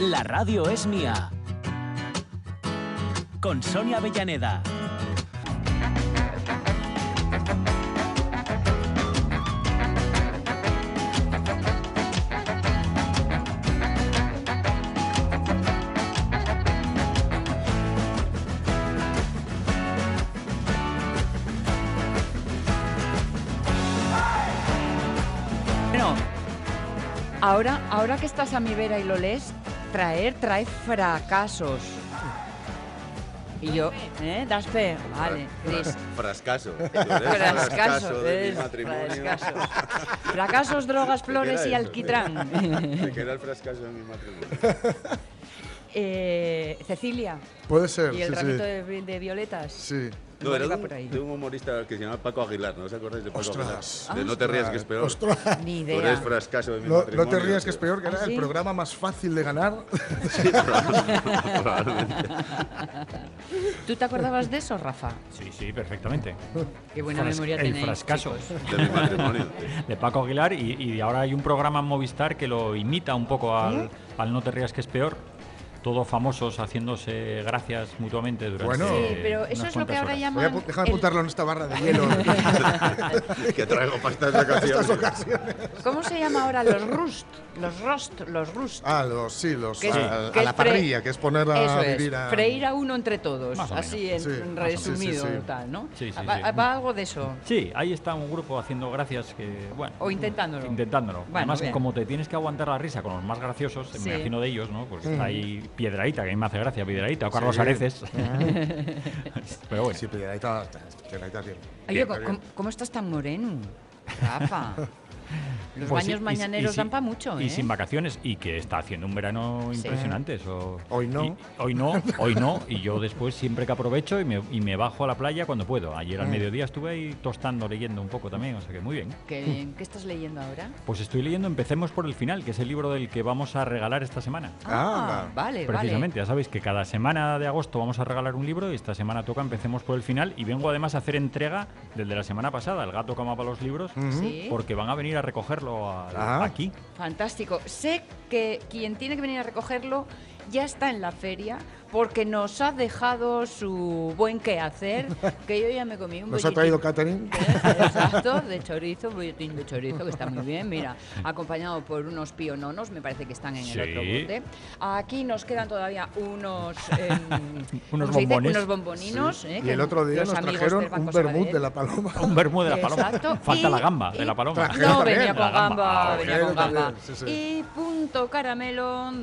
La radio es mía. Con Sonia Avellaneda. Ahora que estás a mi vera y lo lees, trae fracasos. Y yo, das fe, vale. Frascaso. Frascaso de mi matrimonio. Fracasos, drogas, flores y alquitrán. ¿De qué era el frascaso de mi matrimonio? Cecilia. Puede ser, ¿Y el sí, ramito sí. de violetas? Sí. No, era de un humorista que se llama Paco Aguilar, ¿no os acordáis de Paco Ostras. Aguilar? De No te rías que es peor. Ostras. Ni Tú eres idea. frascaso de mi No matrimonio. te rías que es peor, que era ¿sí? el programa más fácil de ganar. Sí, probablemente. ¿Tú te acordabas de eso, Rafa? Sí, perfectamente. Qué buena memoria El tenéis, frascaso chicos. De mi matrimonio. de Paco Aguilar y ahora hay un programa en Movistar que lo imita un poco al No te rías que es peor. Todos famosos haciéndose gracias mutuamente durante Bueno. Sí, pero eso unas es lo que cuantas ahora horas. llaman... Déjame apuntarlo en esta barra de hielo. Que traigo para estas ocasiones. ¿Cómo se llama ahora? Los rust. Los rust. Ah, los Que es- a que la es parrilla, que es poner Eso a es, vivir a... freír a uno entre todos, Más o así menos. Sí, en más o menos. resumido, Sí, sí. tal, ¿no? Sí, sí, Va, sí. va algo de eso. Sí, ahí está un grupo haciendo gracias que, bueno... O intentándolo. Intentándolo. Bueno, Además, bien. como te tienes que aguantar la risa con los más graciosos, Sí. me imagino de ellos, ¿no? Pues está ahí Piedrahíta, que a mí me hace gracia, Piedrahíta, o Carlos Sí. Areces. Pero bueno. Sí, pero ahí está bien. Oye, ¿cómo estás tan moreno, Rafa? Los Pues baños sí, mañaneros dan para mucho, ¿eh? Y sin vacaciones, y que está haciendo un verano Sí. impresionante. Eso. Hoy no. Hoy no. Y yo después siempre que aprovecho y me bajo a la playa cuando puedo. Ayer al mediodía estuve ahí tostando, leyendo un poco también, o sea que muy bien. Qué bien. ¿Qué estás leyendo ahora? Pues estoy leyendo Empecemos por el final, que es el libro del que vamos a regalar esta semana. Vale, Precisamente, ya sabéis que cada semana de agosto vamos a regalar un libro y esta semana toca Empecemos por el final y vengo además a hacer entrega del de la semana pasada, El gato que amaba los libros, Sí. porque van a venir a recogerlo aquí. Fantástico. Sé que quien tiene que venir a recogerlo ya está en la feria porque nos ha dejado su buen quehacer, que yo ya me comí un ¿Nos ha bolletín. traído catering? Exacto, de chorizo, un bolletín de chorizo, que está muy bien, mira, acompañado por unos piononos, me parece que están en el Sí. otro bote. Aquí nos quedan todavía unos... Unos ¿cómo se dice? bombones. Unos bomboninos. Y el otro día los nos amigos trajeron del Banco un vermut Sabadell. de la Paloma. Un vermú de la paloma. Exacto. Falta Y- la gamba de la paloma. Trajeron No, también. venía con La gamba. gamba, Ah, venía con trajeron gamba. también, sí. Y punto caramelo...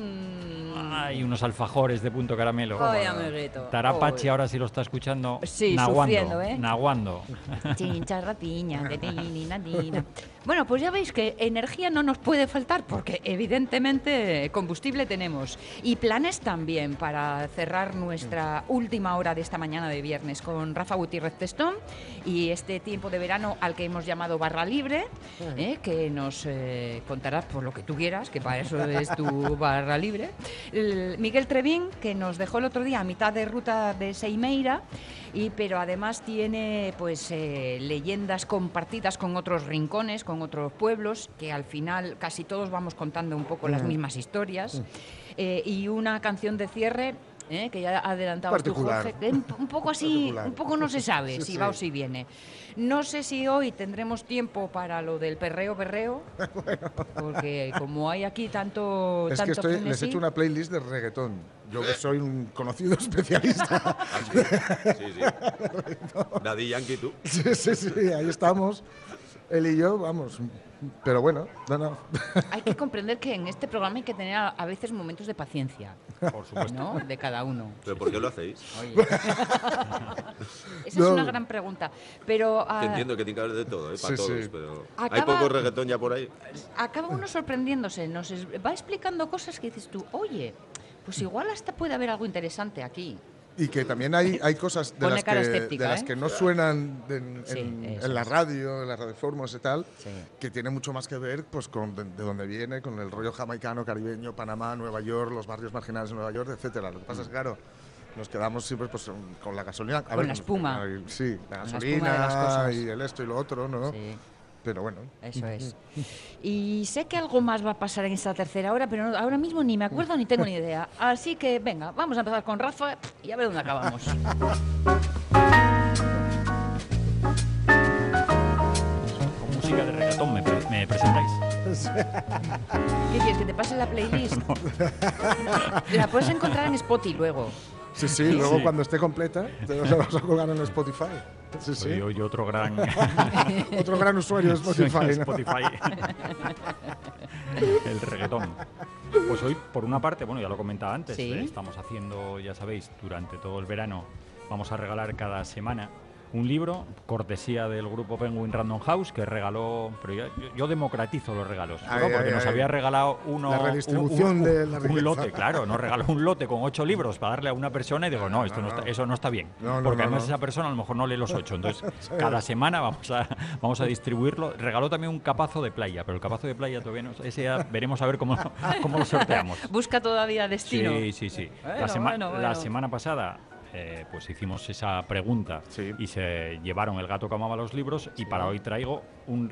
Hay unos alfajores de punto caramelo. Ay, amiguito. Tarapachi Uy. ahora sí lo está escuchando. Sí, naguando, sufriendo, ¿eh? Naguando. Chincha, rapiña, nadina. Bueno, pues ya veis que energía no nos puede faltar porque evidentemente combustible tenemos y planes también para cerrar nuestra última hora de esta mañana de viernes con Rafa Gutiérrez Testón y este tiempo de verano al que hemos llamado Barra Libre, que nos contarás por lo que tú quieras, que para eso es tu barra libre. Miguel Trevín, que nos dejó el otro día a mitad de ruta de Seimeira, pero además tiene pues leyendas compartidas con otros rincones, con otros pueblos, que al final casi todos vamos contando un poco las mismas historias, y una canción de cierre que ya adelantabas tú, Particular. Jorge, que un poco así, Particular. un poco no se sabe Sí, si sí. va o si viene. No sé si hoy tendremos tiempo para lo del perreo, porque como hay aquí tanto Es que les he frenesí, hecho una playlist de reggaetón. Yo que soy un conocido especialista. Ah, sí. Daddy Yankee, tú. Sí, ahí estamos. Él y yo, vamos. Pero bueno, no. hay que comprender que en este programa hay que tener a veces momentos de paciencia, Por supuesto. ¿no? De cada uno. ¿Pero por qué lo hacéis? Oye. Esa No. es una gran pregunta. Pero Que entiendo que tiene que haber de todo, para Sí, todos, sí. pero... ¿Hay Acaba- poco reggaetón ya por ahí? acaba uno sorprendiéndose, nos va explicando cosas que dices tú, oye, pues igual hasta puede haber algo interesante aquí. Y que también hay cosas de Pone las, cara que, escéptica, de las ¿eh? que no suenan Sí, eso en la es. radio, en las radioformas y tal, Sí. que tiene mucho más que ver pues con de dónde viene, con el rollo jamaicano, caribeño, Panamá, Nueva York, los barrios marginales de Nueva York, etcétera. Lo que pasa es que, claro, nos quedamos siempre pues, con la gasolina. Con la espuma. Sí, la Con la gasolina espuma de las cosas. y el esto y lo otro, ¿no? Sí. pero bueno. Eso es. Y sé que algo más va a pasar en esta tercera hora, pero ahora mismo ni me acuerdo ni tengo ni idea. Así que venga, vamos a empezar con Rafa y a ver dónde acabamos. Con música de reggaetón me presentáis. ¿Qué quieres? ¿Que te pase la playlist? La puedes encontrar en Spotify luego. Sí, luego Sí. cuando esté completa te la vas a colgar en Spotify. Sí. Soy yo otro gran Otro gran usuario de Spotify. ¿no? Spotify. El reggaetón. Pues hoy, por una parte, bueno, ya lo comentaba antes, Sí. Estamos haciendo, ya sabéis, durante todo el verano, vamos a regalar cada semana un libro, cortesía del grupo Penguin Random House, que regaló, pero yo democratizo los regalos, ¿no? Porque nos había regalado uno, La redistribución de la un riqueza. lote, claro, nos regaló un lote con 8 libros para darle a una persona y digo, no, esto no está, eso no está bien, No, porque no, además no. esa persona a lo mejor no lee los 8, entonces cada semana vamos a distribuirlo. Regaló también un capazo de playa, pero el capazo de playa todavía no, ese ya veremos a ver cómo lo sorteamos. Busca todavía destino. Sí. Bueno. La semana pasada pues hicimos esa pregunta Sí. y se llevaron El gato que amaba los libros y para hoy traigo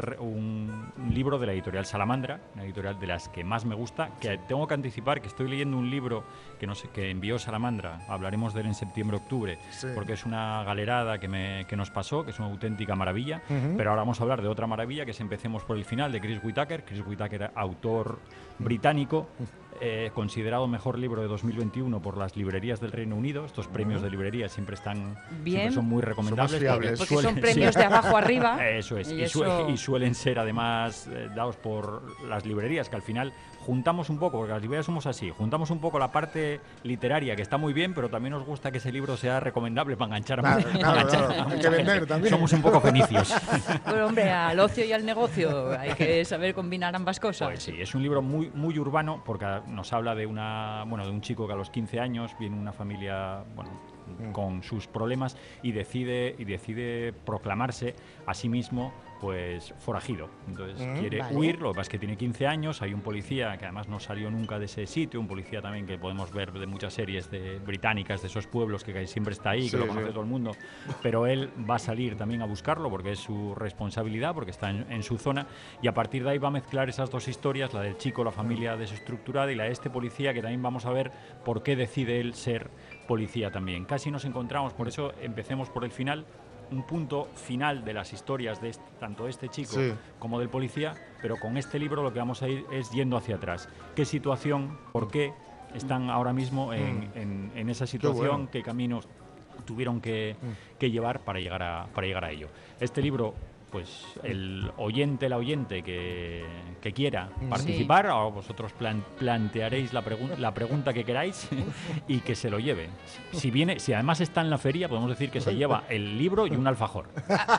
un libro de la editorial Salamandra, una editorial de las que más me gusta, que tengo que anticipar que estoy leyendo un libro que envió Salamandra, hablaremos de él en septiembre-octubre, Sí. porque es una galerada que nos pasó, que es una auténtica maravilla, pero ahora vamos a hablar de otra maravilla, que es Empecemos por el final, de Chris Whittaker. Chris Whittaker, autor británico, considerado mejor libro de 2021 por las librerías del Reino Unido. Estos premios de librería siempre Bien. son muy recomendables. fiables. Porque son premios de abajo arriba. Eso es. Y Y suelen ser además dados por las librerías, que al final juntamos un poco, porque las librerías somos así, juntamos un poco la parte literaria, que está muy bien, pero también nos gusta que ese libro sea recomendable para enganchar a Claro, hay mucha que vender gente. también. Somos un poco fenicios. Pero hombre, al ocio y al negocio hay que saber combinar ambas cosas. Pues sí, es un libro muy urbano, porque nos habla de de un chico que a los 15 años viene de una familia, con sus problemas y decide proclamarse a sí mismo pues forajido. Entonces quiere Vale. huir, lo que pasa es que tiene 15 años, hay un policía que además no salió nunca de ese sitio, un policía también que podemos ver de muchas series británicas, de esos pueblos que siempre está ahí, que lo conoce todo el mundo, pero él va a salir también a buscarlo porque es su responsabilidad, porque está en su zona, y a partir de ahí va a mezclar esas dos historias, la del chico, la familia desestructurada, y la de este policía, que también vamos a ver por qué decide él ser policía también. Casi nos encontramos, por eso empecemos por el final, un punto final de las historias de tanto de este chico Sí. como del policía, pero con este libro lo que vamos a ir es yendo hacia atrás. ¿Qué situación, por qué están ahora mismo en esa situación? bueno. ¿Qué caminos tuvieron que llevar para llegar a ello? Este libro, pues la oyente que quiera participar, ahora vosotros plantearéis la pregunta que queráis y que se lo lleve. Si además está en la feria, podemos decir que se lleva el libro y un alfajor.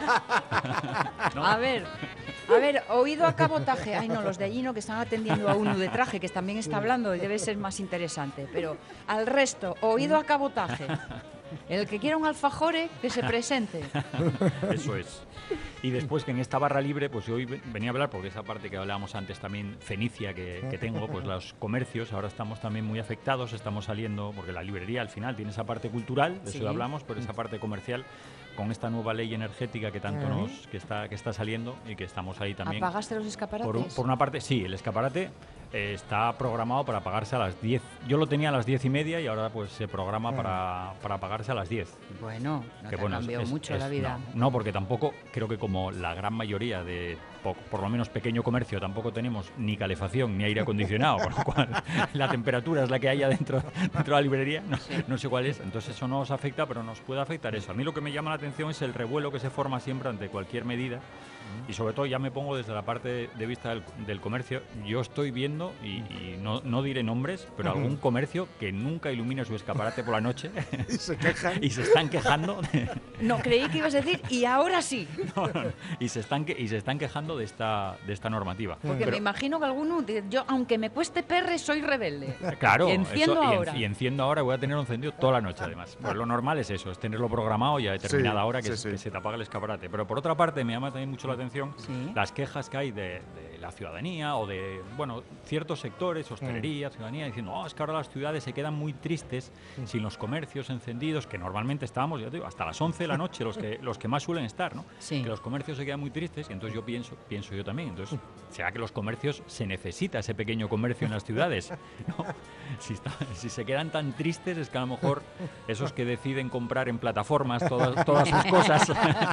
¿No? A ver, oído a cabotaje. Ay, no, los de allí no, que están atendiendo a uno de traje, que también está hablando y debe ser más interesante. Pero al resto, oído a cabotaje. El que quiera un alfajore, que se presente. Eso es. Y después que en esta barra libre, pues yo hoy venía a hablar, porque esa parte que hablábamos antes también, fenicia, que tengo, pues los comercios, ahora estamos también muy afectados, estamos saliendo, porque la librería al final tiene esa parte cultural, de eso ya hablamos, pero esa parte comercial, con esta nueva ley energética que tanto que está saliendo y que estamos ahí también. ¿Apagaste los escaparates? Por una parte, sí, el escaparate está programado para apagarse a las 10. Yo lo tenía a las 10:30 y ahora pues se programa para apagarse a las 10. Bueno, no Que te bueno, cambió mucho la vida. No, porque tampoco, creo que como la gran mayoría de, por lo menos pequeño comercio, tampoco tenemos ni calefacción ni aire acondicionado, con lo cual la temperatura es la que haya dentro de la librería, no sé cuál es, entonces eso no nos afecta, pero nos puede afectar eso. A mí lo que me llama la atención es el revuelo que se forma siempre ante cualquier medida, y sobre todo ya me pongo desde la parte de vista del comercio. Yo estoy viendo, y no diré nombres, pero algún comercio que nunca ilumina su escaparate por la noche Y se quejan. y se están quejando No, creí que ibas a decir, y ahora sí. no. Y se están quejando de esta normativa. Porque Pero, me imagino que alguno, yo, aunque me cueste perre, soy rebelde. claro, Y enciendo eso, ahora. y enciendo ahora, voy a tenerlo encendido toda la noche además. Pues lo normal es eso, es tenerlo programado y a determinada hora que se te apaga el escaparate. Pero por otra parte me llama también mucho la atención Sí. las quejas que hay la ciudadanía o de, bueno, ciertos sectores, hostelería, ciudadanía, diciendo, es que ahora las ciudades se quedan muy tristes sin los comercios encendidos, que normalmente estábamos, ya te digo, hasta las 11 de la noche, los que más suelen estar, ¿no? Sí. Que los comercios se quedan muy tristes, y entonces yo pienso yo también, entonces, ¿será que los comercios, se necesita ese pequeño comercio en las ciudades? ¿No? Si se quedan tan tristes, es que a lo mejor esos que deciden comprar en plataformas todas sus cosas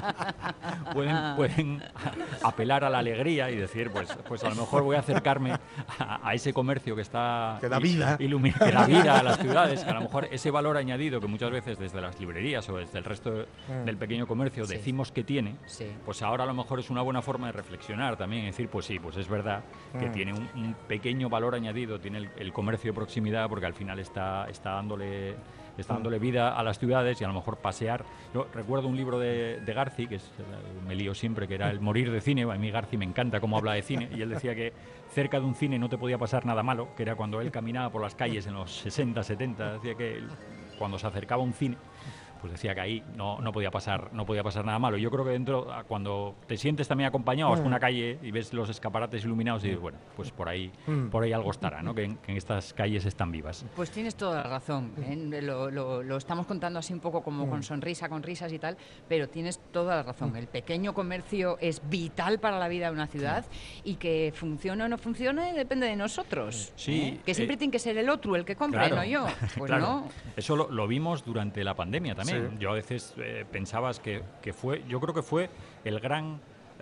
pueden apelar a la alegría y decir, pues a lo mejor voy a acercarme a ese comercio que está que da vida, que da vida a las ciudades, que a lo mejor ese valor añadido que muchas veces desde las librerías o desde el resto del pequeño comercio decimos que tiene, pues ahora a lo mejor es una buena forma de reflexionar también, decir, pues sí, pues es verdad que tiene un pequeño valor añadido, tiene el comercio de proximidad, porque al final está dándole vida a las ciudades, y a lo mejor pasear. Yo recuerdo un libro de Garci, que me lío siempre, que era El morir de cine. A mí Garci me encanta cómo habla de cine, y él decía que cerca de un cine no te podía pasar nada malo, que era cuando él caminaba por las calles en los 60, 70, decía que cuando se acercaba a un cine, pues decía que ahí no podía pasar nada malo. Yo creo que dentro, cuando te sientes también acompañado, vas por una calle y ves los escaparates iluminados y dices, bueno, pues por ahí algo estará, ¿no? Que en estas calles están vivas. Pues tienes toda la razón, ¿eh? Lo estamos contando así un poco como con sonrisa, con risas y tal, pero tienes toda la razón. El pequeño comercio es vital para la vida de una ciudad, y que funcione o no funcione depende de nosotros. Sí. Que siempre tiene que ser el otro el que compre, claro, no yo. Pues claro. no. Eso lo vimos durante la pandemia también. Sí. Yo a veces pensabas que yo creo que fue el gran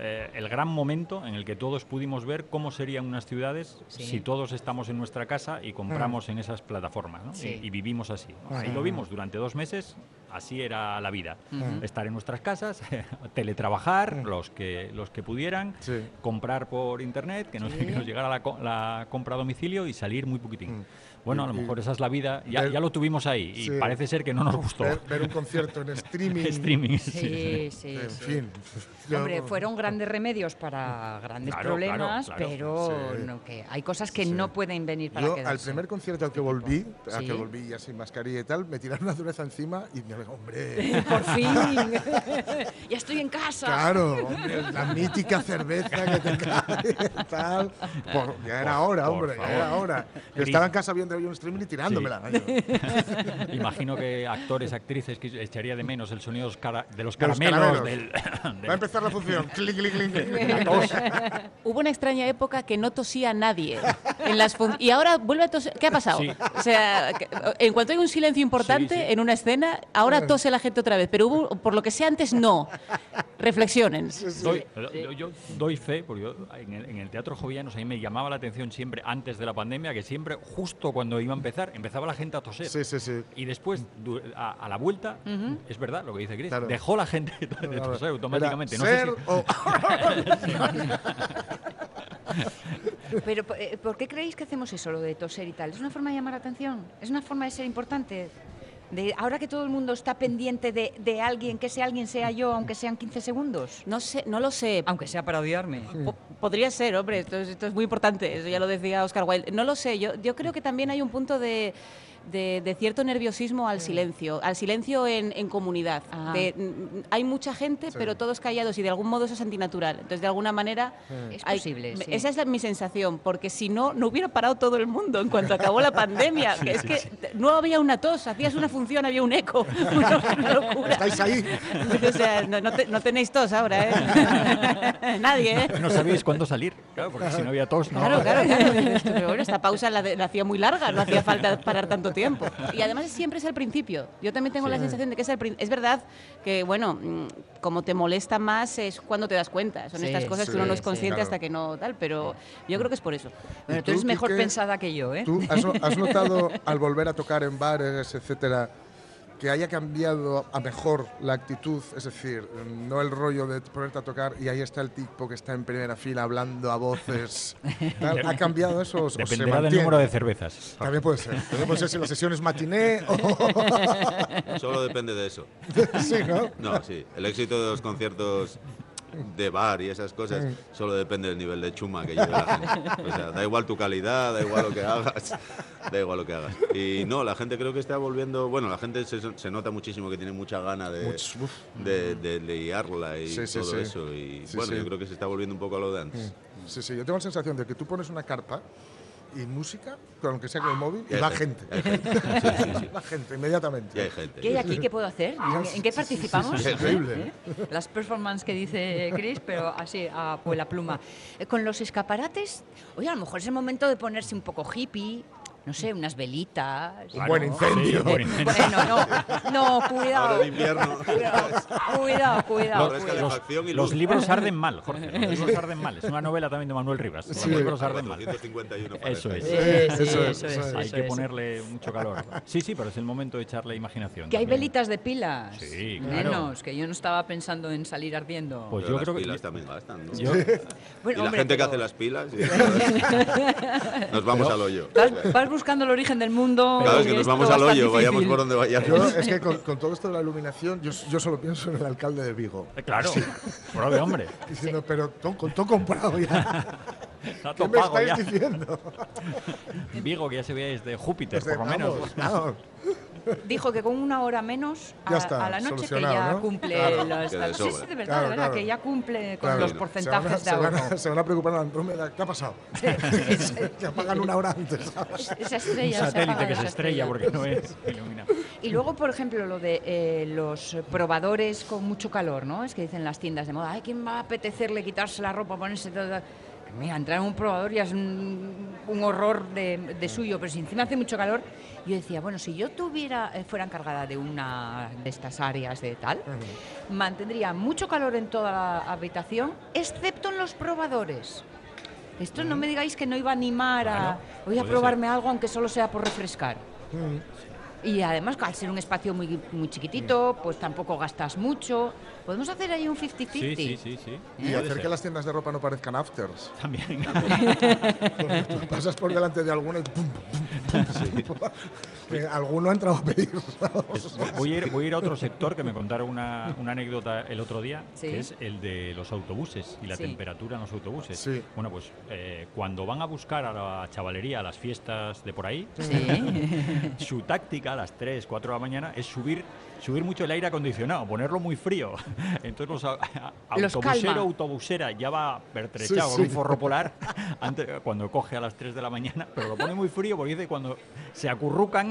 momento en el que todos pudimos ver cómo serían unas ciudades si todos estamos en nuestra casa y compramos en esas plataformas, ¿no? Y vivimos así, ¿no? Ahí lo vimos durante 2 meses, así era la vida. Estar en nuestras casas, teletrabajar, los que pudieran, comprar por internet, que nos llegara la compra a domicilio y salir muy poquitín. Bueno, a lo mejor esa es la vida, ya lo tuvimos ahí, y parece ser que no nos gustó. Ver un concierto en streaming. Sí. En fin. Hombre, fueron grandes remedios para grandes problemas, claro. pero no, que hay cosas que no pueden venir para quedarse. Yo, al primer concierto al que volví ya sin mascarilla y tal, me tiraron una cerveza encima y me digo, hombre... ¡Por fin! ¡Ya estoy en casa! Claro, hombre, la mítica cerveza que te cae, tal... ya era hora, hombre, ya era hora. Yo estaba en casa viendo un streaming y tirándomela. Imagino que actores, actrices que echaría de menos el sonido de los caramelos. Va a empezar la función. Clic, clic, clic. Hubo una extraña época que no tosía nadie. Y ahora vuelve a toser. ¿Qué ha pasado? Sí. O sea, en cuanto hay un silencio importante en una escena, ahora tose la gente otra vez. Pero por lo que sea antes, no. Reflexionen. Yo doy fe, porque en el Teatro Jovellanos a mí me llamaba la atención siempre, antes de la pandemia, que siempre, justo cuando iba a empezar, empezaba la gente a toser. Sí. Y después, a la vuelta, es verdad lo que dice Chris, dejó la gente de toser automáticamente. No sé Pero, ¿por qué creéis que hacemos eso, lo de toser y tal? ¿Es una forma de llamar la atención? ¿Es una forma de ser importante? Ahora que todo el mundo está pendiente de alguien, que ese alguien sea yo, aunque sean 15 segundos. No lo sé. Aunque sea para odiarme. Podría ser, hombre, esto es muy importante, eso ya lo decía Oscar Wilde. No lo sé, yo creo que también hay un punto de cierto nerviosismo al silencio en comunidad. Hay mucha gente, pero todos callados, y de algún modo eso es antinatural. Entonces, de alguna manera... Es posible, sí. Esa es mi sensación, porque si no hubiera parado todo el mundo en cuanto acabó la pandemia. No había una tos, hacías una función, había un eco. Una locura. ¿Estáis ahí? O sea, no tenéis tos ahora, ¿eh? Nadie, ¿eh? No sabíais cuándo salir, claro, porque si no había tos, no... Claro. Pero bueno, esta pausa la hacía muy larga, no hacía falta parar tanto tiempo. Y además siempre es al principio. Yo también tengo la sensación de que es verdad que, bueno, como te molesta más es cuando te das cuenta. Son estas cosas que uno no es consciente hasta que no tal, pero yo creo que es por eso. Bueno, tú eres mejor pensada que yo, ¿eh? ¿Tú has notado, al volver a tocar en bares, etcétera, que haya cambiado a mejor la actitud? Es decir, no el rollo de ponerte a tocar y ahí está el tipo que está en primera fila hablando a voces. ¿Ha cambiado eso? Dependerá del número de cervezas. También puede ser si la sesión es matiné o... Solo depende de eso. Sí, ¿no? No, sí. El éxito de los conciertos de bar y esas cosas solo depende del nivel de chuma que lleve la gente. O sea, da igual tu calidad, da igual lo que hagas, da igual lo que hagas. Y no, la gente creo que está volviendo... Bueno, la gente se nota muchísimo que tiene mucha gana de liarla y todo eso. Y bueno, yo creo que se está volviendo un poco a lo de antes. Sí, sí, yo tengo la sensación de que tú pones una carpa y música, con lo que sea con el móvil, y hay va gente, gente. hay gente. Sí, sí, sí. Va gente, inmediatamente. Y hay gente. ¿Qué hay aquí? ¿Qué puedo hacer? ¿En qué participamos? Sí, sí, sí, increíble. Las performances que dice Chris, pero así, a la pluma. Con los escaparates, oye, a lo mejor es el momento de ponerse un poco hippie, no sé, unas velitas. Un buen incendio. Sí, buen incendio. Bueno, no, cuidado. Ahora en invierno. Cuidado. Ahora es calefacción y Los luz. libros arden mal, Jorge. Los libros arden mal. Es una novela también de Manuel Rivas. Los libros arden mal. 451 Eso es. Eso es. Hay que ponerle mucho calor. Sí, pero es el momento de echarle imaginación. Que hay también. velitas de pilas. Sí, claro. Menos, que yo no estaba pensando en salir ardiendo. Pues Pero yo creo las que pilas también gastan, ¿no? yo- Bueno, Y la hombre, gente que pero hace las pilas, nos vamos al hoyo. Vas buscando el origen del mundo. Cada vez y que nos esto vamos va a al estar hoyo, vayamos difícil. por donde Yo, vayamos. es que con todo esto de la iluminación, yo solo pienso en el alcalde de Vigo. Claro, prueba de hombre. Diciendo, pero con todo comprado ya. Está ¿Qué me topado estáis ya. diciendo? Vigo, que ya se veía desde Júpiter, Pues por lo menos. vamos. Dijo que con una hora menos Ya a, está, a la noche que solucionado, ya ¿no? cumple Claro, los... que de Sí, sobra. de verdad, Claro, de verdad, claro. que ya cumple con Claro. los porcentajes de se van ahorro. se van a preocupar en la Andrómeda. ¿Qué ha pasado? Que apagan una hora antes, ¿sabes? Esa Un estrella satélite apaga, que esa se estrella porque no es ilumina. Y luego, por ejemplo, lo de los probadores con mucho calor, ¿no? Es que dicen las tiendas de moda, ay, ¿quién va a apetecerle quitarse la ropa, ponerse todo? Mira, entrar en un probador ya es un horror de suyo, pero si encima hace mucho calor, yo decía, bueno, si yo fuera encargada de una de estas áreas de tal, mantendría mucho calor en toda la habitación, excepto en los probadores. Esto no me digáis que no iba a animar a... Claro, Voy a puede probarme algo aunque solo sea por refrescar. Mm. Y además, al ser un espacio muy, muy chiquitito, pues tampoco gastas mucho. Podemos hacer ahí un 50-50. Sí. Y Puede hacer ser. que las tiendas de ropa no parezcan afters. También. Tú pasas por delante de alguno y pum, pum, pum. Que alguno ha entrado a pedir. Voy a ir a otro sector que me contaron una anécdota el otro día, Sí. que es el de los autobuses y la Sí. temperatura en los autobuses. Sí. Bueno, pues cuando van a buscar a la chavalería a las fiestas de por ahí, Sí. su táctica a las 3, 4 de la mañana es subir mucho el aire acondicionado, ponerlo muy frío. Entonces Los autobusero, calma. autobusera ya va pertrechado Sí, con un sí. forro polar cuando coge a las 3 de la mañana, pero lo pone muy frío porque dice cuando se acurrucan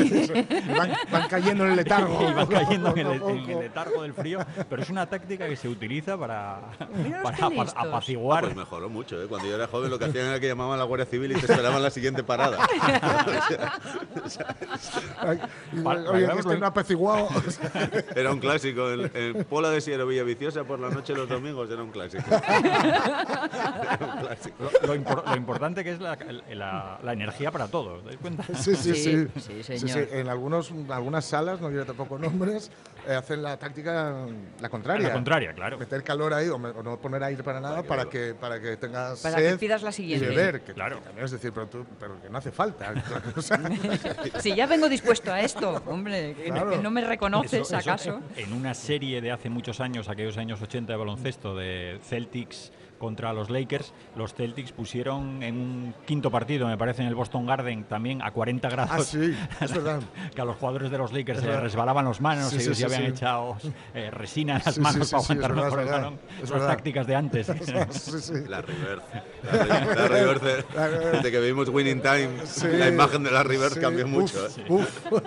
Van cayendo en el letargo. y van cayendo en Poco a el poco. letargo del frío, pero es una táctica que se utiliza para Míralos qué listos. apaciguar. Pues mejoró mucho, ¿eh? Cuando yo era joven lo que hacían era que llamaban a la Guardia Civil y te esperaban en la siguiente parada. Ay, y, Vale, oye, vale, este vale. no ha apaciguado. Era un clásico. En Pola de Siero Villaviciosa por la noche los domingos era un clásico. Era un clásico. Lo importante que es la energía para todos, ¿te das cuenta? Sí, sí, sí. Sí, señor. En algunas salas, no diré tampoco nombres, hacen la táctica la contraria. La contraria, claro. Meter calor ahí o no poner aire para nada para que tengas Para sed que pidas la y siguiente. beber. Que Claro. también es decir, pero que no hace falta. O sea, Si ya vengo dispuesto a esto, hombre, Claro. que no me reconoces, Eso, ¿acaso? en una serie de hace muchos años, aquellos años 80 de baloncesto, de Celtics contra los Lakers, los Celtics pusieron en un quinto partido, me parece, en el Boston Garden, también a 40 grados. ah, sí, es verdad. Que a los jugadores de los Lakers Es se les verdad. resbalaban las manos, Sí, ellos sí, ya sí, habían sí. echado resina en las Sí, manos sí, para sí, es aguantar verdad, mejor es el verdad, balón. es Las verdad. tácticas de antes. Sí, sí. La reverse. La reverse. Desde que vimos Winning Time, Sí. la imagen de la reverse Sí. cambió mucho. Uf, ¿eh? uf.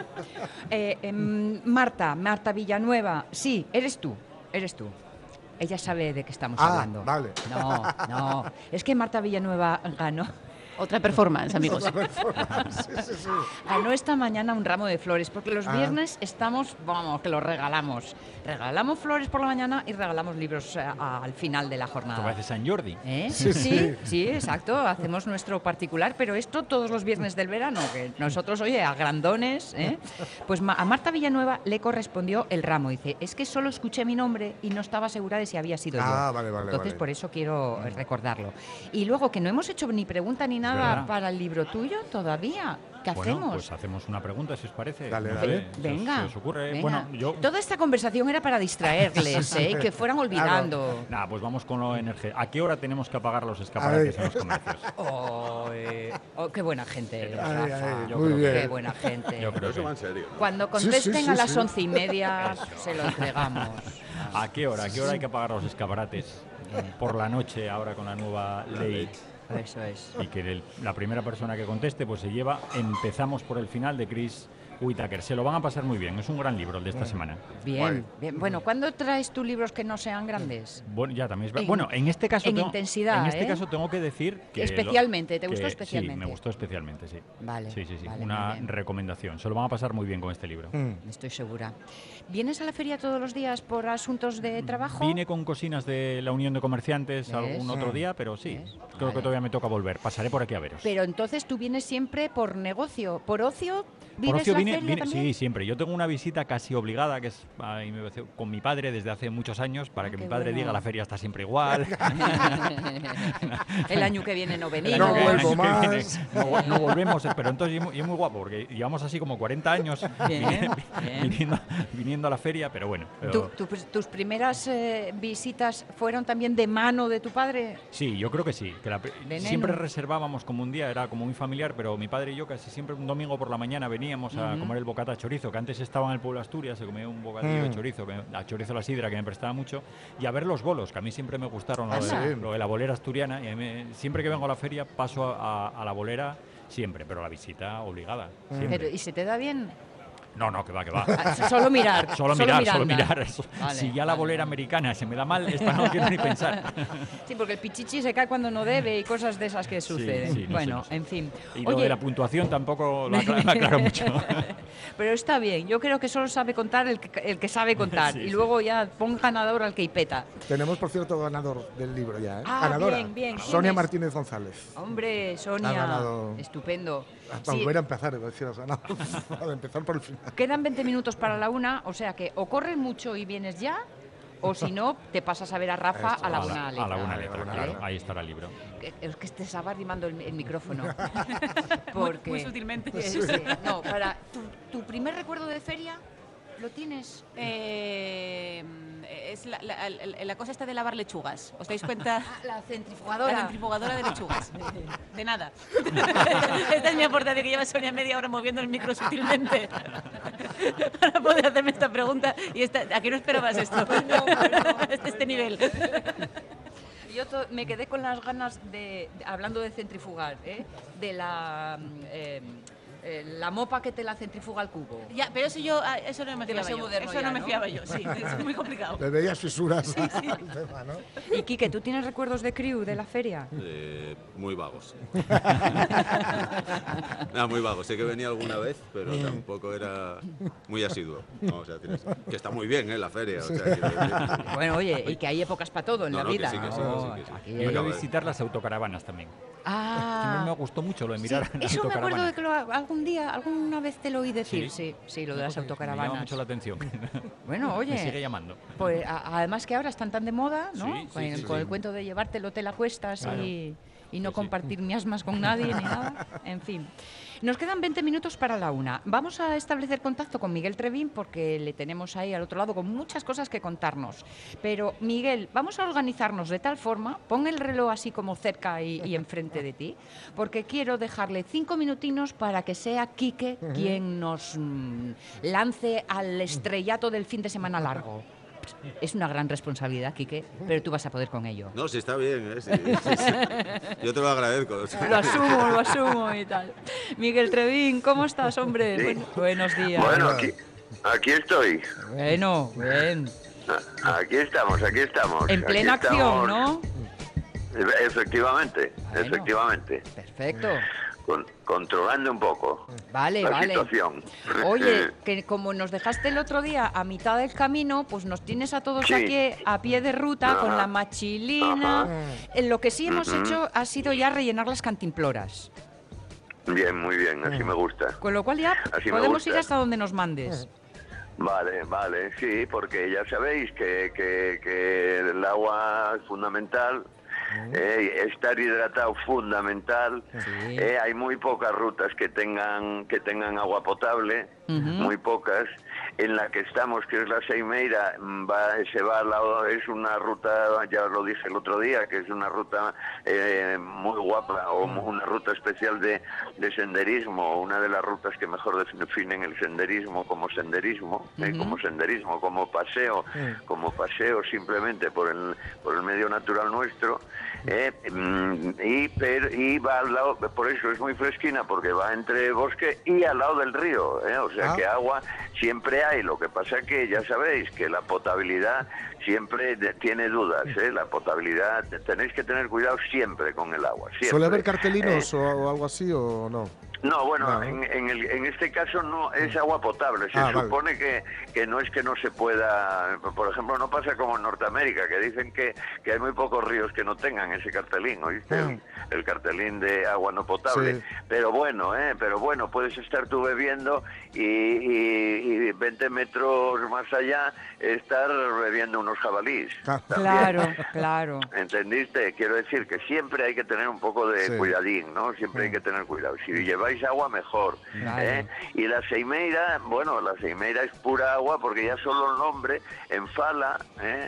Marta Villanueva, sí, eres tú. Ella sabe de qué estamos Ah, hablando. vale. No. Es que Marta Villanueva ganó. Otra performance, amigos. Sí, sí, sí. Ganó esta mañana un ramo de flores, porque los Ah. viernes estamos, vamos, que los regalamos. Regalamos flores por la mañana y regalamos libros al final de la Esto jornada. parece San Jordi. ¿Eh? Sí, sí. Sí, exacto. Hacemos nuestro particular, pero esto todos los viernes del verano, que nosotros, oye, a grandones, ¿eh? Pues a Marta Villanueva le correspondió el ramo. Dice, es que solo escuché mi nombre y no estaba segura de si había sido Ah, yo. vale, Entonces, vale. por eso quiero recordarlo. Y luego, que no hemos hecho ni pregunta ni nada verdad. para el libro tuyo todavía. ¿Qué Bueno, hacemos? pues hacemos una pregunta, si os parece. Dale, No dale. sé, ¿se os- Venga. ¿Se os ocurre? venga. Bueno, yo... Toda esta conversación era para distraerles, ¿eh? Y que fueran olvidando. Nada, pues vamos con lo energético. ¿A qué hora tenemos que apagar los escaparates Ay. en los comercios? Oh, qué buena gente eres, Ay, Rafa. ay, Yo muy creo que- bien. Qué buena gente. Yo creo Eso va en que... serio. ¿no? Cuando Sí, contesten sí, a las sí. 11:30 se lo entregamos. ¿A qué hora? ¿A qué hora hay que apagar los escaparates? por la noche ahora con la nueva ley. Eso es. Y que la primera persona que conteste pues se lleva Empezamos por el final de Chris Whittaker. Se lo van a pasar muy bien, es un gran libro el de esta semana. Bien, bien. Bueno, ¿cuándo traes tú libros que no sean grandes? Bueno, ya también es verdad. Bueno, en este caso intensidad, en este caso tengo que decir que especialmente, ¿te gustó especialmente? Sí, me gustó especialmente, sí. Vale. Sí. Vale, Una recomendación. Se lo van a pasar muy bien con este libro. Estoy segura. ¿Vienes a la feria todos los días por asuntos de trabajo? Vine con cosinas de la Unión de Comerciantes algún otro día, pero sí, creo que todavía me toca volver. Pasaré por aquí a veros. Pero entonces tú vienes siempre por negocio, por ocio. Por ocio vine, sí, siempre. Yo tengo una visita casi obligada que es con mi padre desde hace muchos años para que mi padre diga la feria está siempre igual. El año que viene no venimos. No vuelvo más. No volvemos, pero entonces y es muy guapo porque llevamos así como 40 años viniendo a la feria, pero bueno. ¿Tus primeras visitas fueron también de mano de tu padre? Sí, yo creo que sí. Siempre reservábamos como un día, era como muy familiar, pero mi padre y yo casi siempre un domingo por la mañana veníamos a comer el bocata chorizo, que antes estaba en el pueblo de Asturias, se comía un bocadillo de chorizo, chorizo a la sidra, que me prestaba mucho, y a ver los bolos, que a mí siempre me gustaron, lo de la bolera asturiana, y siempre que vengo a la feria paso a la bolera, siempre, pero la visita obligada. Pero, ¿y se te da bien? No, que va. Solo mirar. Solo mirar. Vale, si ya la bolera americana se me da mal, esta no quiero ni pensar. Sí, porque el pichichi se cae cuando no debe y cosas de esas que suceden. Sí, bueno, en fin. Y lo de la puntuación tampoco lo aclaro mucho. Pero está bien, yo creo que solo sabe contar el que sabe contar. Y luego ya pon ganador al que hipeta. Tenemos, por cierto, ganador del libro ya, ¿eh? Ganadora. Bien. Sonia Martínez González. Hombre, Sonia. Ha ganado. Estupendo. Volver a empezar, decir, has ganado. A empezar por el final. Quedan 20 minutos para la una, o sea que o corres mucho y vienes ya, o si no, te pasas a ver a Rafa a la una letra. A la una letra, claro. Ahí estará el libro. Es que te estaba arrimando el micrófono. Porque, muy sutilmente. Sí. No, para tu primer recuerdo de feria, ¿lo tienes? Es la cosa esta de lavar lechugas. ¿Os dais cuenta? La centrifugadora. La centrifugadora de lechugas. De nada. Esta es mi aportación, que lleva Sonia media hora moviendo el micro sutilmente para poder hacerme esta pregunta. Y ¿a qué no esperabas esto? No. Este nivel. Yo me quedé con las ganas hablando de centrifugar, de la mopa que te la centrifuga al cubo. Ya, pero eso no me fiaba yo. moderno Eso ya, no me ¿no? fiaba yo, sí. Es muy complicado. Le veías fisuras al tema, ¿no? Y Quique, ¿tú tienes recuerdos de Crew, de la feria? Muy vagos. Muy vagos. Sé que venía alguna vez, pero tampoco era muy asiduo. No, o sea, que está muy bien, la feria. O sea, quiero decir. Bueno, oye, y que hay épocas para todo en la vida. Que sí. Yo voy a visitar las autocaravanas también. Siempre me gustó mucho lo de mirar las eso autocaravanas. me acuerdo de que alguna vez te lo oí decir. Sí, lo de las autocaravanas. Me llama mucho la atención. Bueno, oye. Me sigue llamando. Pues además que ahora están tan de moda, ¿no? Sí, con el cuento de llevártelo te la cuestas claro. y no compartir miasmas con nadie ni nada. En fin. Nos quedan 20 minutos para la una. Vamos a establecer contacto con Miguel Trevín porque le tenemos ahí al otro lado con muchas cosas que contarnos. Pero, Miguel, vamos a organizarnos de tal forma, pon el reloj así como cerca y enfrente de ti, porque quiero dejarle 5 minutinos para que sea Quique quien nos lance al estrellato del fin de semana largo. Es una gran responsabilidad, Quique, pero tú vas a poder con ello. No, sí está bien, sí. Yo te lo agradezco. O sea. Lo asumo y tal. Miguel Trevín, ¿cómo estás, hombre? Sí. Buenos días. Bueno, aquí estoy. Bueno, bien. Aquí estamos. En plena acción, ¿no? Efectivamente. Perfecto. Controlando un poco la situación. Oye, que como nos dejaste el otro día a mitad del camino, pues nos tienes a todos aquí a pie de ruta con la machilina. Lo que sí hemos hecho ha sido ya rellenar las cantimploras. Bien, muy bien, así me gusta. Con lo cual ya Así podemos ir hasta donde nos mandes. Vale, sí, porque ya sabéis que el agua es fundamental. Estar hidratado fundamental. Hay muy pocas rutas que tengan agua potable, muy pocas, en la que estamos, que es la Seimeira, se va al lado, es una ruta, ya lo dije el otro día, que es una ruta muy guapa, o una ruta especial de senderismo, una de las rutas que mejor definen el senderismo, como paseo simplemente por el medio natural nuestro, y va al lado, por eso es muy fresquina, porque va entre bosque y al lado del río, o sea que agua siempre hay. Lo que pasa que ya sabéis que la potabilidad siempre tiene dudas, la potabilidad, tenéis que tener cuidado siempre con el agua. Siempre. ¿Suele haber cartelinos o algo así o no? No, bueno, No. En este caso no es agua potable. Se supone que no es que no se pueda... Por ejemplo, no pasa como en Norteamérica, que dicen que hay muy pocos ríos que no tengan ese cartelín, ¿oíste? El cartelín de agua no potable. Sí. Pero bueno, puedes estar tú bebiendo y 20 metros más allá estar bebiendo unos jabalís. Claro. ¿Entendiste? Quiero decir que siempre hay que tener un poco de cuidadín, ¿no? Siempre hay que tener cuidado. Si lleváis agua, mejor. Claro. Y la Seimeira, la Seimeira es pura agua, porque ya solo el nombre, en fala,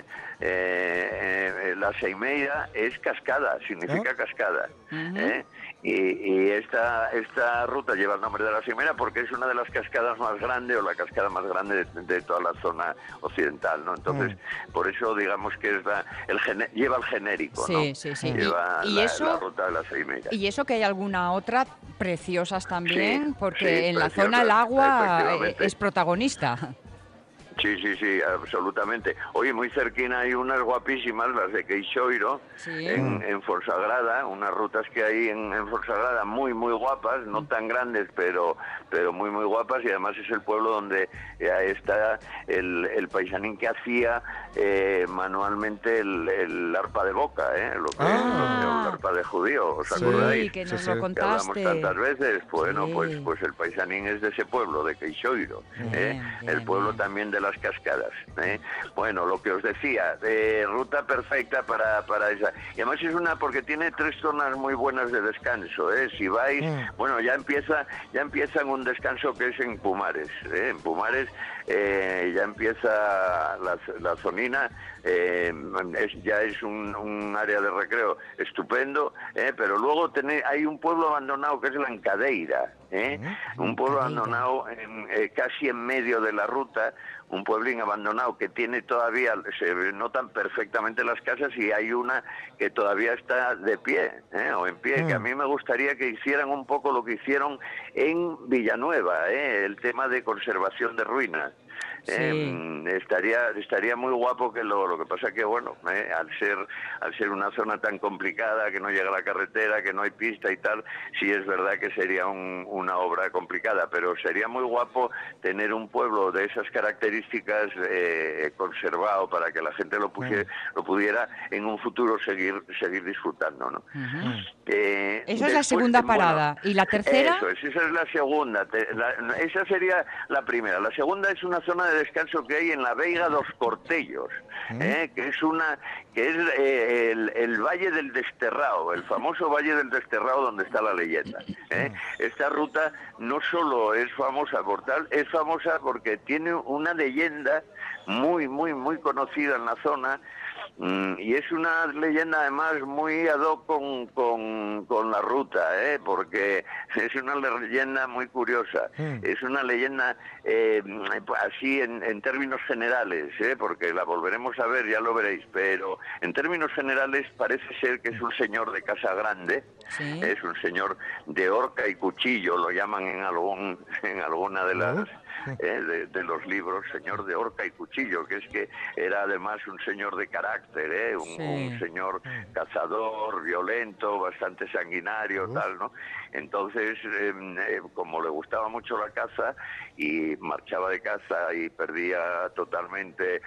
la Seimeira es cascada, significa cascada. Y esta ruta lleva el nombre de la Seimeira porque es una de las cascadas más grandes, o la cascada más grande de toda la zona occidental, ¿no? Entonces, por eso digamos que es lleva el genérico, ¿no? Sí. Lleva la ruta de la Seimeira. Y eso, que hay alguna otra preciosas también, porque en la preciosas, zona el agua efectivamente. es protagonista. Sí, absolutamente. Oye, muy cerquina hay unas guapísimas, las de Queixoiro, en Fonsagrada, unas rutas que hay en Fonsagrada muy, muy guapas, no tan grandes, pero muy, muy guapas, y además es el pueblo donde está el paisanín que hacía manualmente el arpa de boca, lo que es el arpa de judío, ¿os acordáis? Sí, que nos lo Que hablamos contaste. tantas veces. Bueno, Sí. pues el paisanín es de ese pueblo, de Queixoiro, el pueblo también de las cascadas. Bueno, lo que os decía, ruta perfecta para esa. Y además es porque tiene 3 zonas muy buenas de descanso. Si vais, bueno, ya empiezan un descanso que es en Pumares. En Pumares ya empieza la zonina. Ya es un área de recreo estupendo, pero luego hay un pueblo abandonado que es la Encadeira, un pueblo abandonado casi en medio de la ruta, un pueblín abandonado que tiene todavía, se notan perfectamente las casas, y hay una que todavía está de pie, o en pie, que a mí me gustaría que hicieran un poco lo que hicieron en Villanueva, el tema de conservación de ruinas. Estaría muy guapo que lo que pasa que bueno, al ser una zona tan complicada, que no llega la carretera, que no hay pista y tal, sí es verdad que sería una obra complicada, pero sería muy guapo tener un pueblo de esas características conservado, para que la gente lo pudiera en un futuro seguir disfrutando, ¿no? Esa es la segunda parada. ¿Y la tercera? Esa es la segunda. Esa sería la primera. La segunda es una zona de descanso que hay en la Veiga dos Cortellos, que es el Valle del Desterrado, el famoso Valle del Desterrado, donde está la leyenda. Esta ruta no solo es famosa por tal, es famosa porque tiene una leyenda muy, muy, muy conocida en la zona. Y es una leyenda además muy ad hoc con la ruta, porque es una leyenda muy curiosa. Es una leyenda así en términos generales, porque la volveremos a ver, ya lo veréis, pero en términos generales parece ser que es un señor de casa grande, es un señor de horca y cuchillo, lo llaman en alguna de las... de los libros, señor de horca y cuchillo, que es que era además un señor de carácter, un señor cazador, violento, bastante sanguinario, tal, ¿no? Entonces, como le gustaba mucho la caza y marchaba de caza y perdía totalmente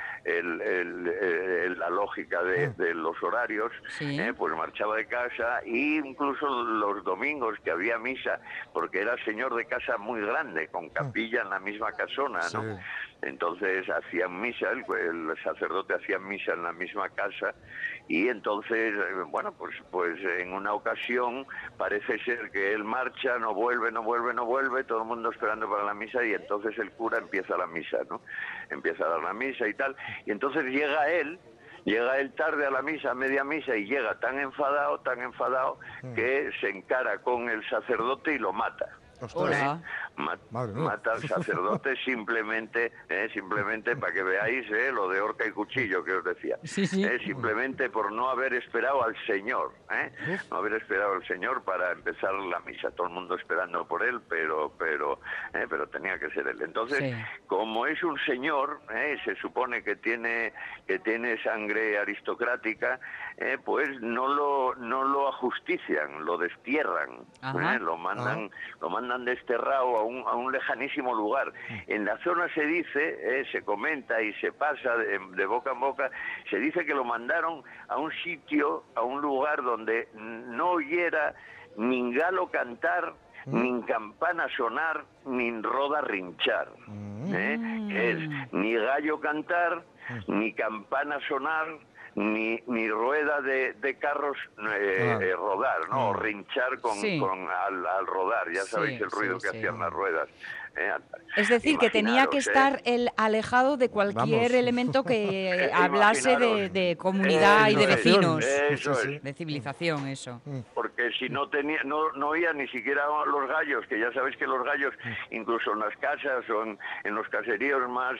la lógica de los horarios, pues marchaba de casa, y incluso los domingos que había misa, porque era señor de casa muy grande, con capilla en la misma misma casona, ¿no? Sí. Entonces hacían misa, el sacerdote hacía misa en la misma casa y entonces, bueno, pues en una ocasión parece ser que él marcha, no vuelve, todo el mundo esperando para la misa y entonces el cura empieza la misa, ¿no? Empieza a dar la misa y tal, y entonces llega él tarde a la misa, a media misa, y llega tan enfadado, que se encara con el sacerdote y lo mata. Hola. Mata al sacerdote simplemente para que veáis lo de horca y cuchillo que os decía. Sí, sí. Simplemente por no haber esperado al Señor, no haber esperado al Señor para empezar la misa. Todo el mundo esperando por él, pero tenía que ser él. Entonces, Sí. como es un señor, se supone que tiene sangre aristocrática, pues no lo ajustician, lo destierran, Ajá. lo mandan desterrado a un lejanísimo lugar. En la zona se dice, se comenta y se pasa de boca en boca, se dice que lo mandaron a un sitio, a un lugar donde no oyera ni galo cantar, ni campana sonar, ni roda rinchar. Que es ni gallo cantar, ni campana sonar, ni rueda de carros rodar, ¿no? O rinchar Sí. al rodar, ya Sí, sabéis el ruido sí, que sí. hacían las ruedas. Es decir, que tenía que Imaginaros, estar él alejado de cualquier Vamos. elemento que hablase Imaginaros. de comunidad y de vecinos. Eso Sí, sí. es. De civilización, eso. Porque si no oía ni siquiera los gallos, que ya sabéis que los gallos, incluso en las casas o en los caseríos más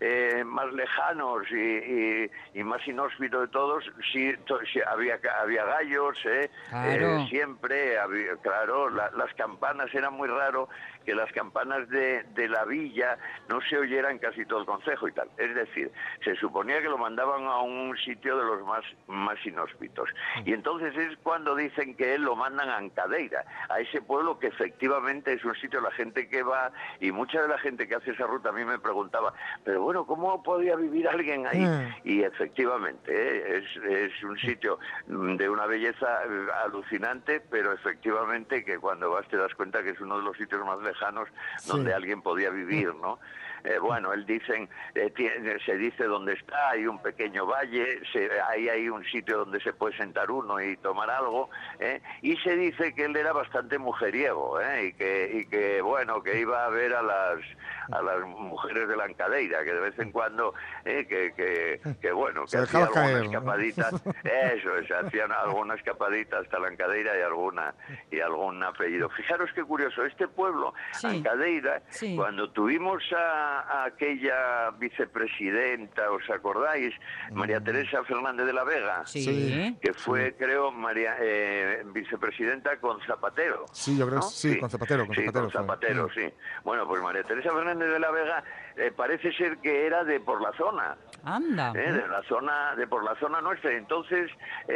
lejanos y más inhóspitos de todos, sí había gallos, Claro. siempre había, claro, las campanas, era muy raro que las campanas de la villa no se oyeran casi todo el concejo y tal. Es decir, se suponía que lo mandaban a un sitio de los más inhóspitos. Y entonces es cuando dicen que él lo mandan a Ancadeira, a ese pueblo que efectivamente es un sitio, la gente que va, y mucha de la gente que hace esa ruta a mí me preguntaba, pero bueno, ¿cómo podía vivir alguien ahí? Y efectivamente, es un sitio de una belleza alucinante, pero efectivamente que cuando vas te das cuenta que es uno de los sitios más lejanos donde alguien podía vivir, ¿no? Bueno, se dice dónde está, hay un pequeño valle, ahí hay un sitio donde se puede sentar uno y tomar algo, y se dice que él era bastante mujeriego, y que bueno, que iba a ver a las mujeres de la Ancadeira, que de vez en cuando, que bueno, que Se hacía dejaba alguna caer, ¿no? escapadita, eso es, hacían alguna escapadita hasta la Ancadeira y algún apellido. Fijaros qué curioso, este pueblo, Sí. Ancadeira, Sí. cuando tuvimos a aquella vicepresidenta, ¿os acordáis? María Teresa Fernández de la Vega, Sí. que fue, creo, vicepresidenta con Zapatero. Sí, yo creo ¿no? que sí, con Zapatero. Sí, con fue. Zapatero, sí. Bueno, pues María Teresa Fernández de la Vega parece ser que era de por la zona. Anda. Por la zona nuestra. Entonces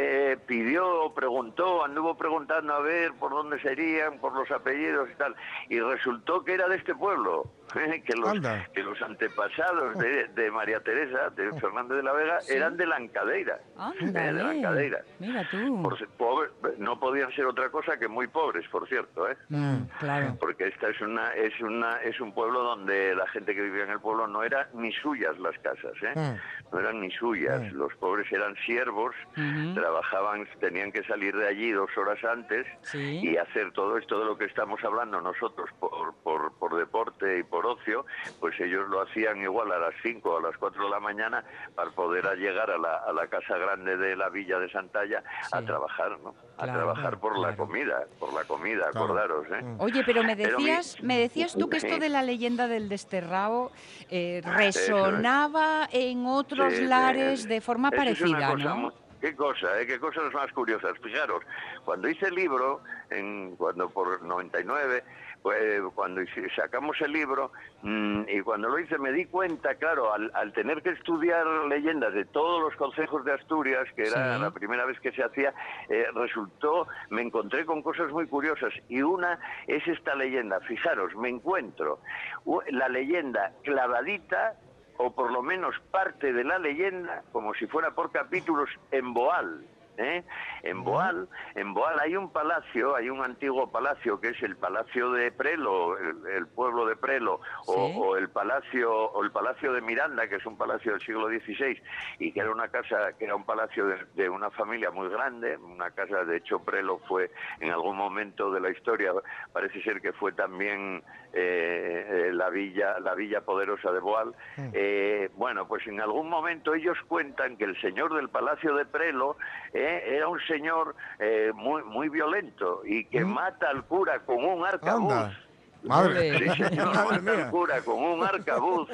anduvo preguntando a ver por dónde serían, por los apellidos y tal, y resultó que era de este pueblo, que los antepasados de María Teresa, de Fernández de la Vega, eran de la Ancadeira. Ándale. De la Ancadeira. Mira tú. Por ser pobres, no podían ser otra cosa que muy pobres, por cierto, Claro. porque esta es un pueblo donde la gente que vivía en el pueblo no eran ni suyas las casas, no eran ni suyas. Los pobres eran siervos, trabajaban, tenían que salir de allí 2 horas antes Sí. y hacer todo esto de lo que estamos hablando nosotros por deporte y por ocio, pues ellos lo hacían igual a las 5 o a las 4 de la mañana para poder llegar a la casa grande de la villa de Santalla a trabajar, ¿no? Claro, a trabajar por la comida, acordaros, Oye, pero me Pero decías tú que esto de la leyenda del desterrado resonaba en otros Sí, lares de forma eso es una parecida, cosa ¿no? Qué cosas más curiosas. Fijaros, cuando hice el libro, cuando por 99, pues, cuando sacamos el libro, y cuando lo hice me di cuenta, claro, al tener que estudiar leyendas de todos los concejos de Asturias, que era Sí. la primera vez que se hacía, me encontré con cosas muy curiosas, y una es esta leyenda. Fijaros, me encuentro la leyenda clavadita, o por lo menos parte de la leyenda, como si fuera por capítulos, en Boal. En Boal hay un palacio, hay un antiguo palacio que es el Palacio de Prelo, el pueblo de Prelo, Sí. o el Palacio de Miranda, que es un palacio del siglo XVI, y que era una casa, que era un palacio de una familia muy grande, una casa, de hecho Prelo fue en algún momento de la historia, parece ser que fue también la villa poderosa de Boal. Bueno, pues en algún momento ellos cuentan que el señor del Palacio de Prelo era un señor muy violento y que mata al cura con un arcabuz. Anda. Madre. Sí, señor, Madre mata al mía. cura con un arcabuz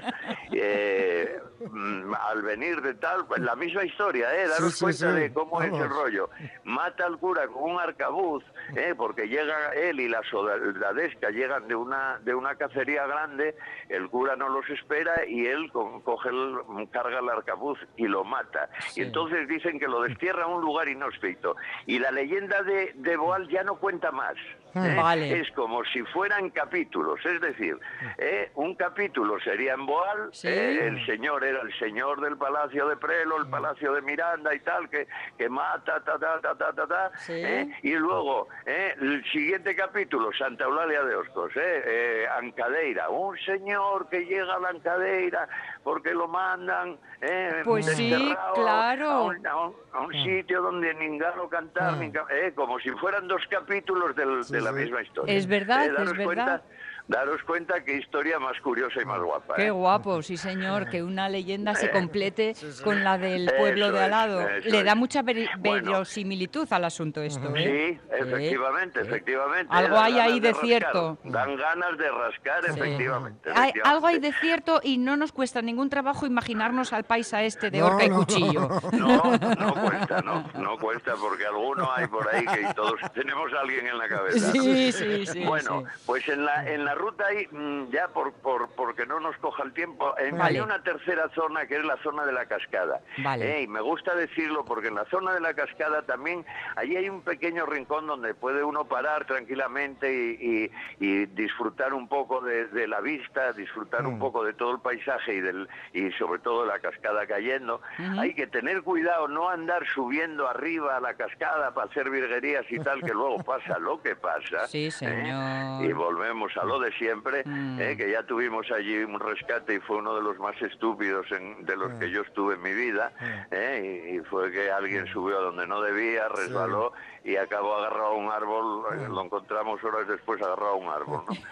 al venir de tal, pues la misma historia, daros Sí, cuenta sí. de cómo es el Vamos. rollo. Mata al cura con un arcabuz, porque llega él y la soldadesca llegan de una cacería grande, el cura no los espera y él carga el arcabuz y lo mata. Sí. Y entonces dicen que lo destierra a un lugar inhóspito. Y la leyenda de Boal ya no cuenta más. Vale. Es como si fueran capítulos, es decir, un capítulo sería en Boal, Sí. el señor era el señor del Palacio de Prelo, el Palacio de Miranda y tal, que mata, Sí. y luego el siguiente capítulo, Santa Eulalia de Oscos, Ancadeira, un señor que llega a la Ancadeira porque lo mandan Pues sí, desterrado claro. a un sitio donde ningalo cantar, como si fueran dos capítulos de la misma historia. Es verdad, daros es verdad. Daros cuenta qué historia más curiosa y más guapa. Qué guapo, sí señor, que una leyenda se complete con la del pueblo Eso de al es, lado. eso Le da es. mucha Bueno. verosimilitud al asunto esto, ¿eh? Sí, efectivamente. Algo Dan hay ahí ganas de rascar, cierto. Dan ganas de rascar, efectivamente. Algo hay de cierto y no nos cuesta ningún trabajo imaginarnos al paisa este de No, horca y no. cuchillo. No cuesta, porque alguno hay por ahí que todos tenemos a alguien en la cabeza. Sí. Bueno, pues en la ruta hay, ya porque no nos coja el tiempo, hay Vale. una tercera zona que es la zona de la cascada. Vale. Y me gusta decirlo porque en la zona de la cascada también, allí hay un pequeño rincón donde puede uno parar tranquilamente y disfrutar un poco de la vista, disfrutar un poco de todo el paisaje y sobre todo de la cascada cayendo. Hay que tener cuidado, no andar subiendo arriba a la cascada para hacer virguerías y tal, que luego pasa lo que pasa. Sí, señor. Y volvemos a lo de siempre, que ya tuvimos allí un rescate y fue uno de los más estúpidos de los que yo estuve en mi vida, y fue que alguien subió a donde no debía, resbaló y acabó agarrado a un árbol, lo encontramos horas después agarrado a un árbol, ¿no?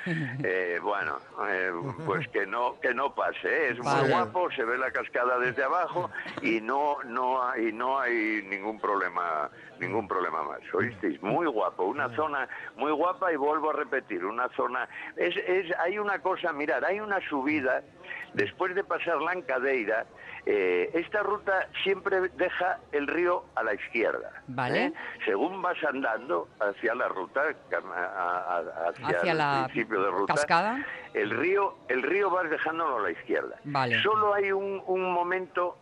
Pues que no pase, es muy guapo, se ve la cascada desde abajo y no hay ningún problema más, ¿oísteis? Muy guapo, una zona muy guapa y vuelvo a repetir, una zona, hay una cosa, mirad, hay una subida, después de pasar la Ancadeira, esta ruta siempre deja el río a la izquierda. Vale. Según vas andando hacia la ruta, hacia el la principio de ruta, cascada. el río vas dejándolo a la izquierda. Vale. Solo hay un momento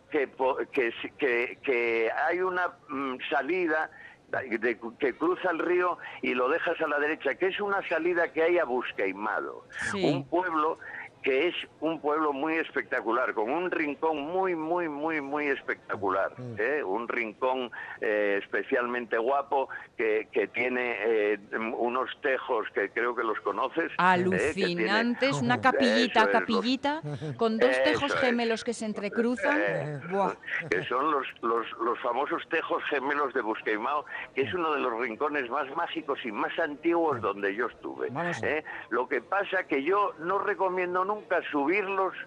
que hay una salida que cruza el río y lo dejas a la derecha, que es una salida que hay a Busqueimado, un pueblo que es un pueblo muy espectacular, con un rincón muy espectacular, un rincón especialmente guapo, que tiene unos tejos que creo que los conoces. Alucinantes, una capillita con dos tejos Eso es. gemelos que se entrecruzan. Buah. Que son los famosos tejos gemelos de Busqueimao, que es uno de los rincones más mágicos y más antiguos donde yo estuve. Vamos. Lo que pasa que yo no recomiendo nunca subir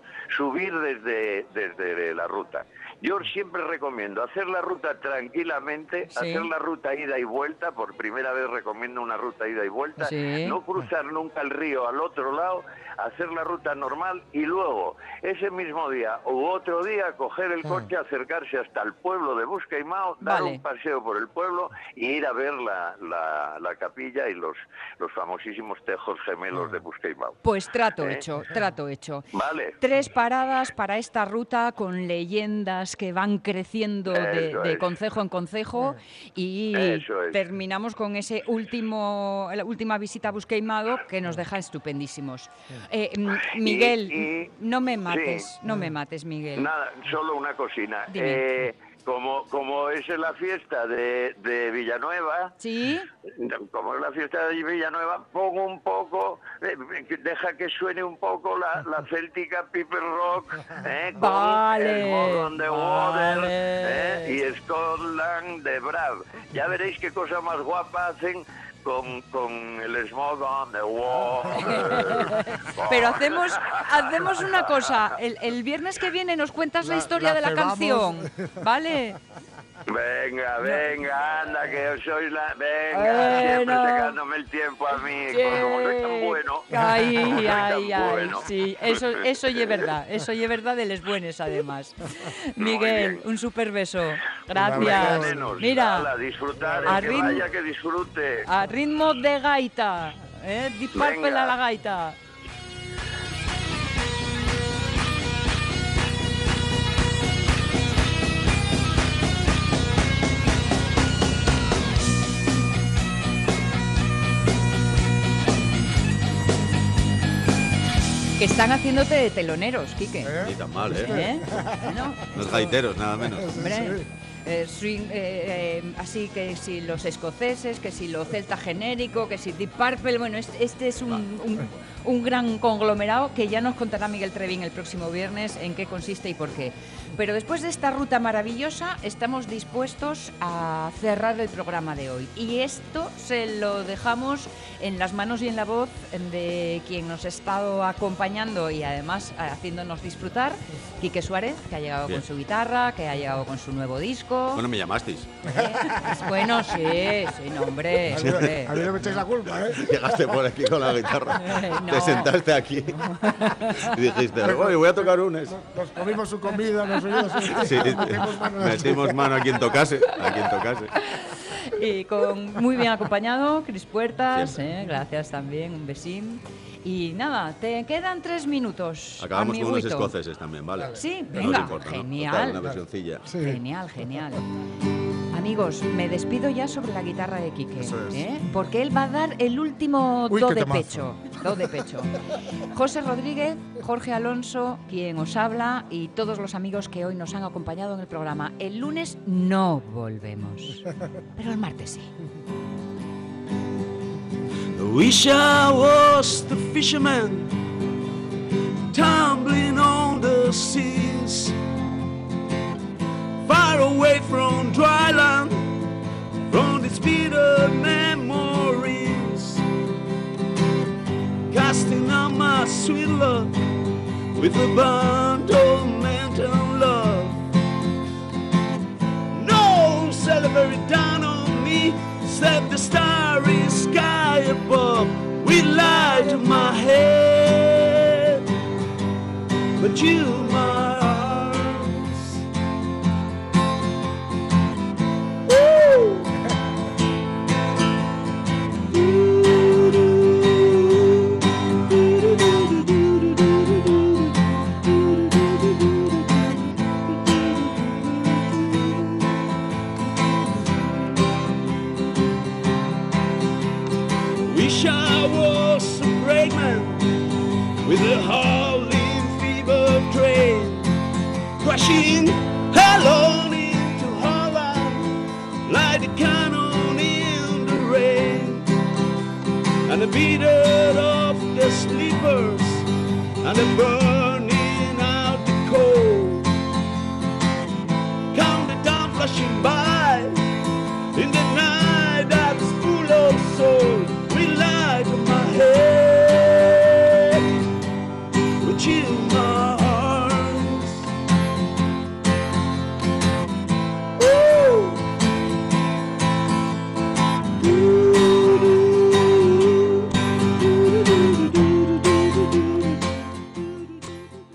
desde la ruta. Yo siempre recomiendo hacer la ruta tranquilamente, hacer la ruta ida y vuelta, por primera vez recomiendo una ruta ida y vuelta, no cruzar nunca el río al otro lado, hacer la ruta normal y luego, ese mismo día u otro día, coger el coche, acercarse hasta el pueblo de Busqueimao, dar un paseo por el pueblo y ir a ver la capilla y los famosísimos tejos gemelos de Busqueimao. Pues trato hecho. Vale. 3 paradas para esta ruta con leyendas que van creciendo de concejo en concejo y terminamos con la última visita a Busqueimado que nos deja estupendísimos. Miguel, no me mates, Miguel. Nada, solo una cocina. Dime. Como es la fiesta de Villanueva, como es la fiesta de Villanueva, pongo un poco, deja que suene un poco la céltica Piper Rock, con Vale, Smog on the Water, vale. y Scotland de Brav. Ya veréis qué cosa más guapa hacen con el Smog on the Water. Pero hacemos una cosa. El viernes que viene nos cuentas la historia la de la cebamos. canción, ¿vale? Venga, anda, que sois la... Venga, siempre Bueno. sacándome el tiempo a mí, como soy tan bueno. como Ay, soy ay, tan ay, bueno. sí, eso es verdad, de les buenos además. Miguel, bien. un super beso, Venga, gracias. nenos, Mira, ala, disfrutar, a el que ritmo- vaya que disfrute. a ritmo de gaita, Deep Purple Venga. a la gaita. Que están haciéndote de teloneros, Quique. Ni tan mal, ¿eh? ¿Eh? Bueno, Los gaiteros, nada menos. hombre, swing, así que si los escoceses, que si lo celta genérico, que si Deep Purple, bueno, este es un gran conglomerado que ya nos contará Miguel Trevín el próximo viernes en qué consiste y por qué. Pero después de esta ruta maravillosa estamos dispuestos a cerrar el programa de hoy y esto se lo dejamos en las manos y en la voz de quien nos ha estado acompañando y además haciéndonos disfrutar, Quique Suárez, que ha llegado Bien. con su guitarra, que ha llegado con su nuevo disco. Bueno, me llamasteis. Bueno, sí, no, hombre. hombre. A mí no me echáis la culpa, ¿eh? Llegaste por aquí con la guitarra. No. Te sentaste aquí y dijiste, oye, voy a tocar unes. Nos comimos su comida, nos oímos Sí, metimos mano a quien tocase. Y muy bien acompañado, Cris Puertas, Siempre. gracias también, un besín. Y nada, te quedan 3 minutos. Acabamos con unos amiguito. escoceses también, ¿vale? Sí, No venga, nos importa, ¿no? genial. Total, una versioncilla. Genial, genial. Amigos, me despido ya sobre la guitarra de Quique, Eso es. porque él va a dar el último Uy, do qué de temazo. pecho. Do de pecho. José Rodríguez, Jorge Alonso, quien os habla, y todos los amigos que hoy nos han acompañado en el programa. El lunes no volvemos, pero el martes sí. Wish I was the fisherman tumbling on the seas, far away from dry land, from these bitter memories, casting out my sweet love with a bond of mental love. No celebrate down on me, except the starry sky above. We light to my head, but you my arms. Woo! Wish I was a brakeman with a howling fever train, crashing alone into Holland like the cannon in the rain, and the beating of the sleepers and the burning out the coal. Count the down flashing by in the night that's full of soul. We light on my head, but you know